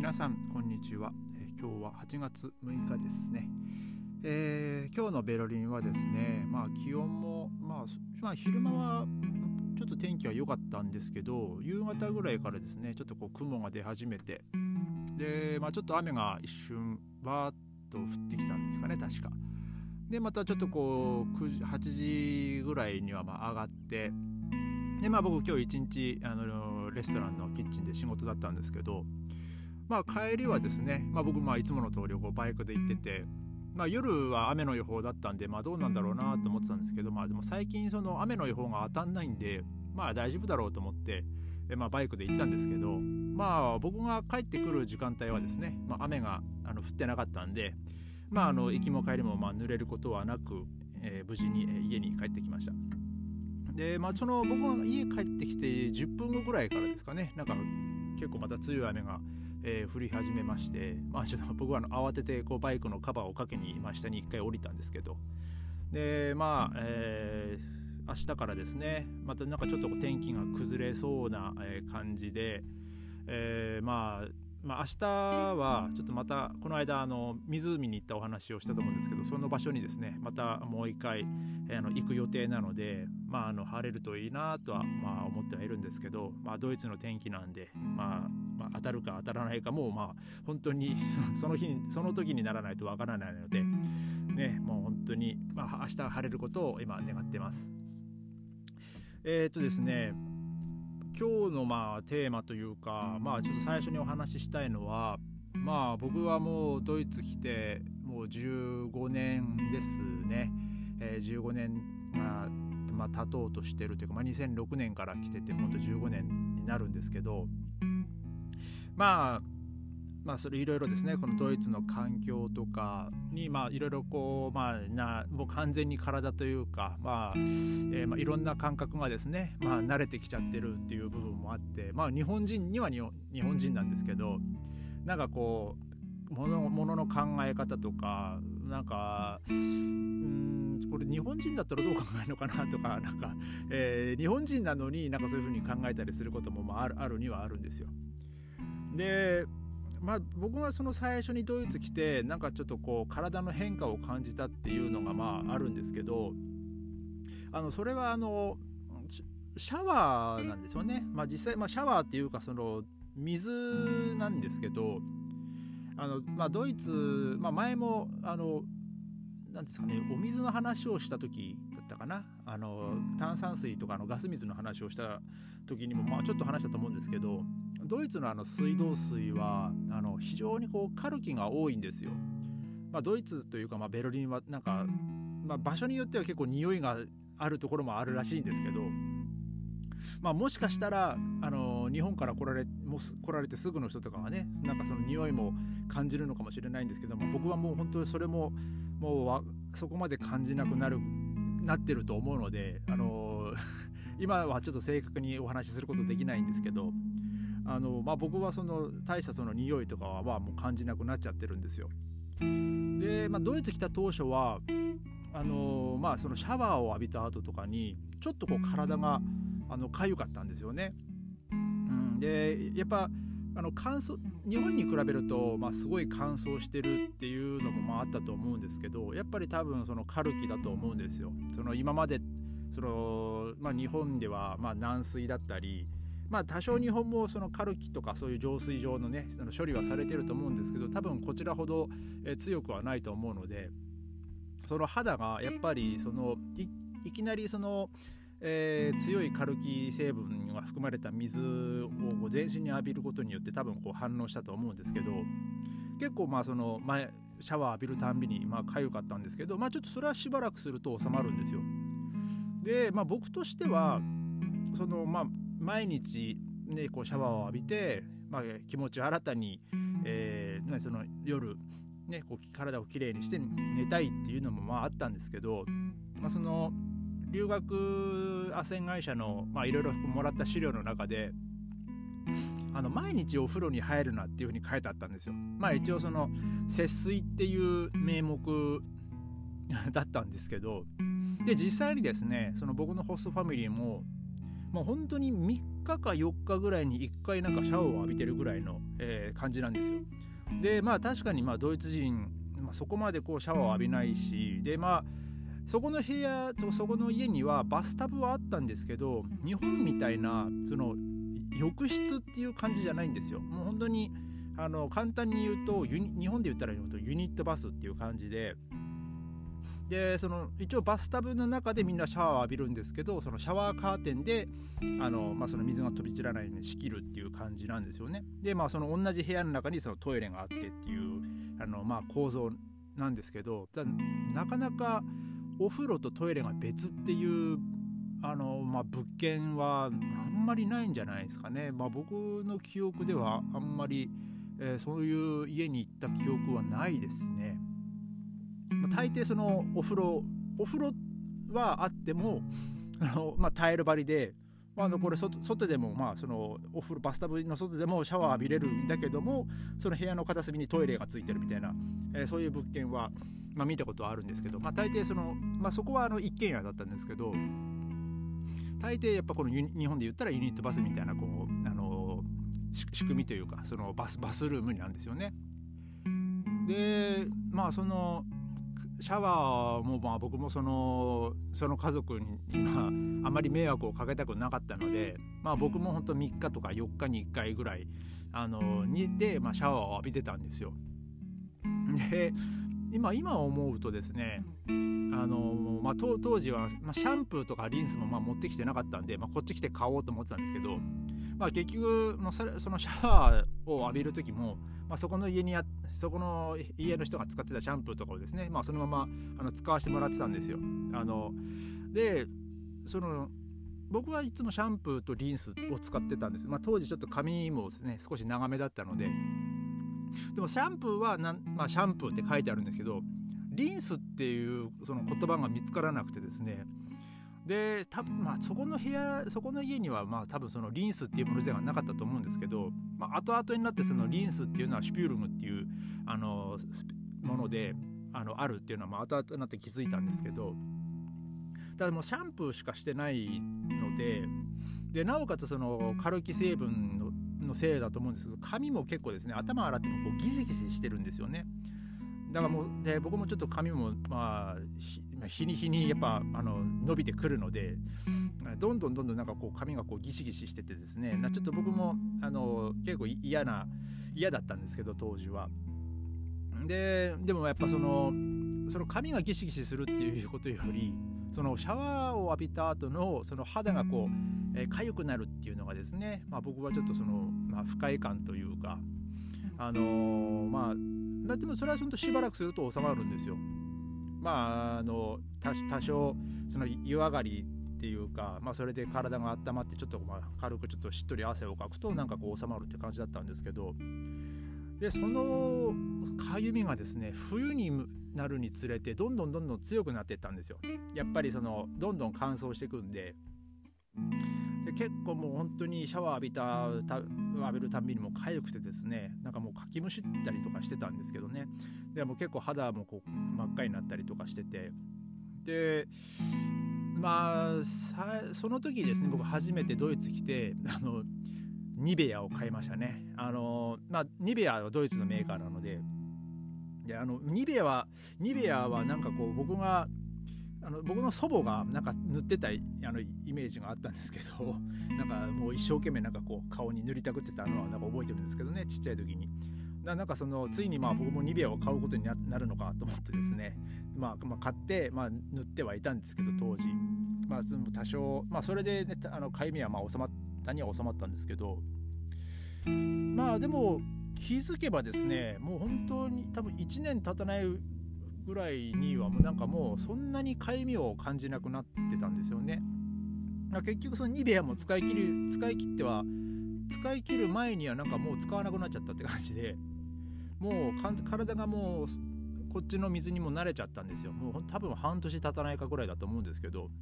皆さんこんにちは。今日は8月6日ですね。今日のベルリンはですね、気温も、昼間はちょっと天気は良かったんですけど、夕方ぐらいからですねちょっと雲が出始めて、で、ちょっと雨が一瞬バーッと降ってきたんですかね、確か。でまたちょっと9時8時ぐらいには上がって、で僕今日一日レストランのキッチンで仕事だったんですけど、帰りはですね、僕いつもの通りバイクで行ってて、夜は雨の予報だったんで、どうなんだろうなと思ってたんですけど、でも最近その雨の予報が当たんないんで、大丈夫だろうと思って、バイクで行ったんですけど、僕が帰ってくる時間帯はですね、雨が降ってなかったんで、行きも帰りも濡れることはなく、無事に家に帰ってきました。で、その僕が家帰ってきて10分後ぐらいからですかね、結構また強い雨が降り始めまして、ちょっと僕は慌ててバイクのカバーをかけに、下に一回降りたんですけど、で明日からですねまたちょっと天気が崩れそうな感じで、明日はちょっとまたこの間湖に行ったお話をしたと思うんですけど、その場所にですねまたもう一回行く予定なので、晴れるといいなとは思ってはいるんですけど、ドイツの天気なんで、当たるか当たらないかも本当にその時にならないとわからないのでね、もう本当に明日晴れることを今願ってます。ですね、今日のテーマというか、ちょっと最初にお話ししたいのは、僕はもうドイツ来てもう15年ですね。15年が、経とうとしてるというか、2006年から来ててもう15年になるんですけど、それいろいろですね、このドイツの環境とかにいろいろもう完全に体というか、いろんな感覚がですね、慣れてきちゃってるっていう部分もあって、日本人には日本人なんですけど、物の考え方とかこれ日本人だったらどう考えるのかなとか、日本人なのにそういう風に考えたりすることもあるにはあるんですよ。で僕がその最初にドイツ来てちょっと体の変化を感じたっていうのがあるんですけど、それはシャワーなんですよね。実際シャワーっていうかその水なんですけど、ドイツ、前もなんですかね、お水の話をした時だったかな、炭酸水とかガス水の話をした時にもちょっと話したと思うんですけど、ドイツの水道水は非常にカルキが多いんですよ。ドイツというかベルリンは場所によっては結構匂いがあるところもあるらしいんですけど、もしかしたら日本から来られてすぐの人とかはねその匂いも感じるのかもしれないんですけども、僕はもう本当にそれもそこまで感じなくなってると思うので、今はちょっと正確にお話しすることできないんですけど、僕は大したその匂いとかはもう感じなくなっちゃってるんですよ。で、ドイツ来た当初はそのシャワーを浴びた後とかにちょっと体が痒かったんですよね。でやっぱ乾燥、日本に比べるとすごい乾燥してるっていうのもあったと思うんですけど、やっぱり多分そのカルキだと思うんですよ。今まで日本では軟水だったり、多少日本もそのカルキとかそういう浄水場のね処理はされてると思うんですけど、多分こちらほど強くはないと思うので、その肌がやっぱりいきなり強いカルキ成分が含まれた水を全身に浴びることによって多分反応したと思うんですけど、結構シャワー浴びるたんびに痒かったんですけど、ちょっとそれはしばらくすると収まるんですよ。で、僕としては毎日ねシャワーを浴びて、気持ち新たに、その夜ね体をきれいにして寝たいっていうのもあったんですけど、その留学斡旋会社のいろいろもらった資料の中で毎日お風呂に入るなっていう風に書いてあったんですよ。一応その節水っていう名目だったんですけど、で実際にですねその僕のホストファミリーもまあ、本当に3日か4日ぐらいに1回なんかシャワーを浴びてるぐらいの、感じなんですよ。でまあ確かにまあドイツ人、そこまでこうシャワーを浴びないし、でまあそこの部屋とそこの家にはバスタブはあったんですけど、日本みたいなその浴室っていう感じじゃないんですよ。もう本当に簡単に言うと日本で言ったらユニットバスっていう感じで、その一応バスタブの中でみんなシャワーを浴びるんですけど、そのシャワーカーテンでその水が飛び散らないように仕切るっていう感じなんですよね。でその同じ部屋の中にそのトイレがあってっていう構造なんですけど、なかなかお風呂とトイレが別っていう物件はあんまりないんじゃないですかね。僕の記憶ではあんまり、そういう家に行った記憶はないですね。大抵そのお風呂はあってもタイル張りで、これ 外でもそのお風呂バスタブの外でもシャワー浴びれるんだけども、その部屋の片隅にトイレがついてるみたいな、そういう物件は、見たことはあるんですけど、大抵その、そこは一軒家だったんですけど、大抵やっぱこの日本で言ったらユニットバスみたいなこう仕組みというか、そのバスルームになるんですよね。でそのシャワーも僕もその家族にあまり迷惑をかけたくなかったので、僕も本当3日とか4日に1回ぐらいにで、シャワーを浴びてたんですよ。で今思うとですね、当時は、シャンプーとかリンスも持ってきてなかったんで、こっち来て買おうと思ってたんですけど、結局そのシャワーを浴びる時も、そこの家の人が使ってたシャンプーとかをですね、そのまま使わせてもらってたんですよ。で僕はいつもシャンプーとリンスを使ってたんです。当時ちょっと髪もですね少し長めだったので。でもシャンプーはシャンプーって書いてあるんですけど、リンスっていうその言葉が見つからなくてですね、でそこの家には多分そのリンスっていうもの自体がなかったと思うんですけど、後々になってそのリンスっていうのはシュピュールムっていうものであるっていうのは後々になって気づいたんですけど、ただもうシャンプーしかしてないのでなおかつそのカルキ成分のせいだと思うんですけど、髪も結構ですね頭洗ってもこうギシギシしてるんですよね。だから僕もちょっと髪も日に日にやっぱ伸びてくるので、どんどんなんかこう髪がこうギシギシしててですね、ちょっと僕も結構嫌だったんですけど当時は。でもやっぱその髪がギシギシするっていうことより、そのシャワーを浴びた後のその肌がこう痒くなるっていうのがですね、僕はちょっとその、不快感というかでもそれは本当しばらくすると収まるんですよ。多少その湯上がりっていうか、それで体が温まってちょっと軽くちょっとしっとり汗をかくとなんかこう収まるって感じだったんですけど、でそのかゆみがですね冬になるにつれてどんどん強くなっていったんですよ。やっぱりそのどんどん乾燥していくんで、結構もう本当にシャワー浴びるたんびにも痒くてですね、なんかもうかきむしったりとかしてたんですけどね。でも結構肌もこう真っ赤になったりとかしてて、でその時ですね僕初めてドイツ来てニベアを買いましたね。ニベアはドイツのメーカーなので、ニベアはなんかこう僕の祖母がなんか塗ってたイメージがあったんですけど、なんかもう一生懸命なんかこう顔に塗りたくってたのはなんか覚えてるんですけどね、ちっちゃい時に。なんかついに僕もニベアを買うことになるのかと思ってですね、買って、塗ってはいたんですけど当時、多少それで、ね、かゆみは収まったんですけど、でも気づけばですね、もう本当に多分1年経たないぐらいにはなんかもうそんなにかゆみを感じなくなってたんですよね。結局そのニベアも使い切る前にはなんかもう使わなくなっちゃったって感じで、もう体がもうこっちの水にも慣れちゃったんですよ。もう多分半年経たないかぐらいだと思うんですけど、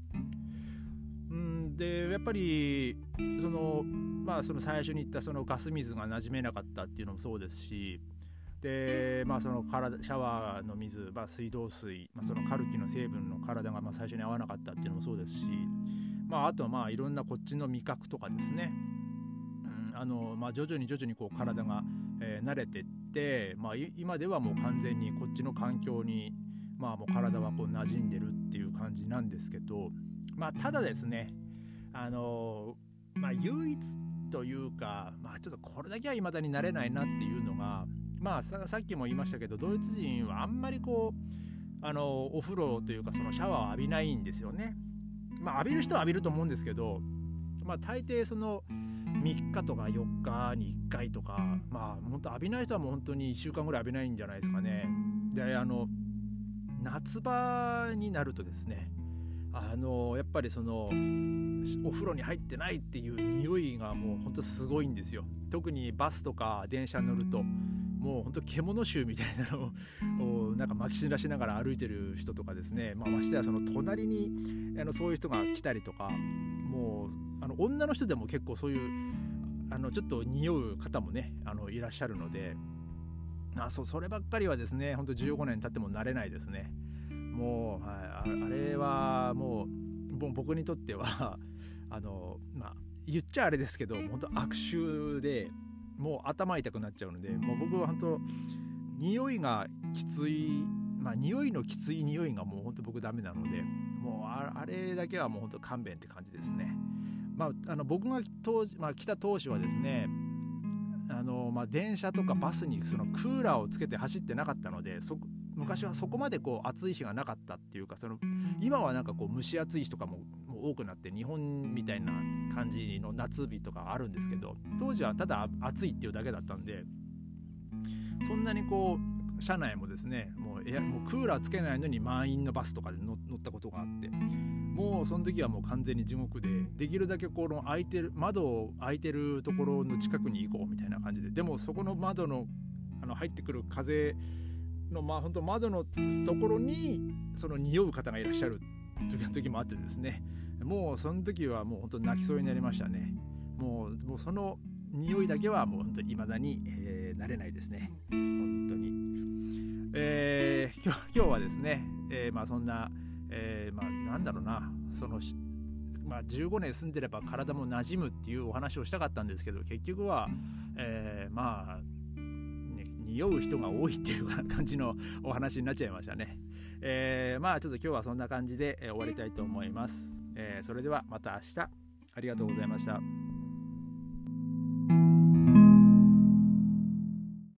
でやっぱりその最初に言ったそのガス水が馴染めなかったっていうのもそうですし、でそのシャワーの水、水道水、そのカルキの成分の体が最初に合わなかったっていうのもそうですし、 あとはいろんなこっちの味覚とかですね、徐々にこう体が、慣れてって、今ではもう完全にこっちの環境に、もう体はこう馴染んでるっていう感じなんですけど、ただですね、唯一というか、ちょっとこれだけは未だに慣れないなっていうのが、さっきも言いましたけど、ドイツ人はあんまりこうお風呂というかそのシャワーを浴びないんですよね。浴びる人は浴びると思うんですけど、大抵その3日とか4日に1回とか、本当浴びない人はもう本当に1週間ぐらい浴びないんじゃないですかね。で夏場になるとですね、やっぱりそのお風呂に入ってないっていう匂いがもう本当すごいんですよ。特にバスとか電車乗るともう本当獣臭みたいなのをなんか巻き散らしながら歩いてる人とかですね、ましてやその隣にそういう人が来たりとか、もう女の人でも結構そういうちょっと匂う方もねいらっしゃるので、そればっかりはですね、本当15年経っても慣れないですね。もう、あれはもう僕にとっては言っちゃあれですけど本当悪臭で、もう頭痛くなっちゃうので、もう僕は本当匂いがきつい、匂いのきつい匂いがもう本当僕ダメなので、もうあれだけはもう本当勘弁って感じですね。僕が来た当時はですね、電車とかバスにそのクーラーをつけて走ってなかったので、昔はそこまでこう暑い日がなかったっていうか、今はなんかこう蒸し暑い日とかも多くなって日本みたいな感じの夏日とかあるんですけど、当時はただ暑いっていうだけだったんで、そんなにこう車内もですね、もうクーラーつけないのに満員のバスとかで乗ったことがあって、もうその時はもう完全に地獄で、できるだけこの窓開いてるところの近くに行こうみたいな感じで、でもそこの窓の入ってくる風の本当窓のところにその匂う方がいらっしゃる時もあってですね、もうその時はもう本当泣きそうになりましたね。もうその匂いだけはもう本当に未だに、慣れないですね、本当に。今日はですね、そんな、なんだろうな、15年住んでれば体も馴染むっていうお話をしたかったんですけど、結局は、匂う人が多いっていう感じのお話になっちゃいましたね。ちょっと今日はそんな感じで、終わりたいと思います。それではまた明日、ありがとうございました。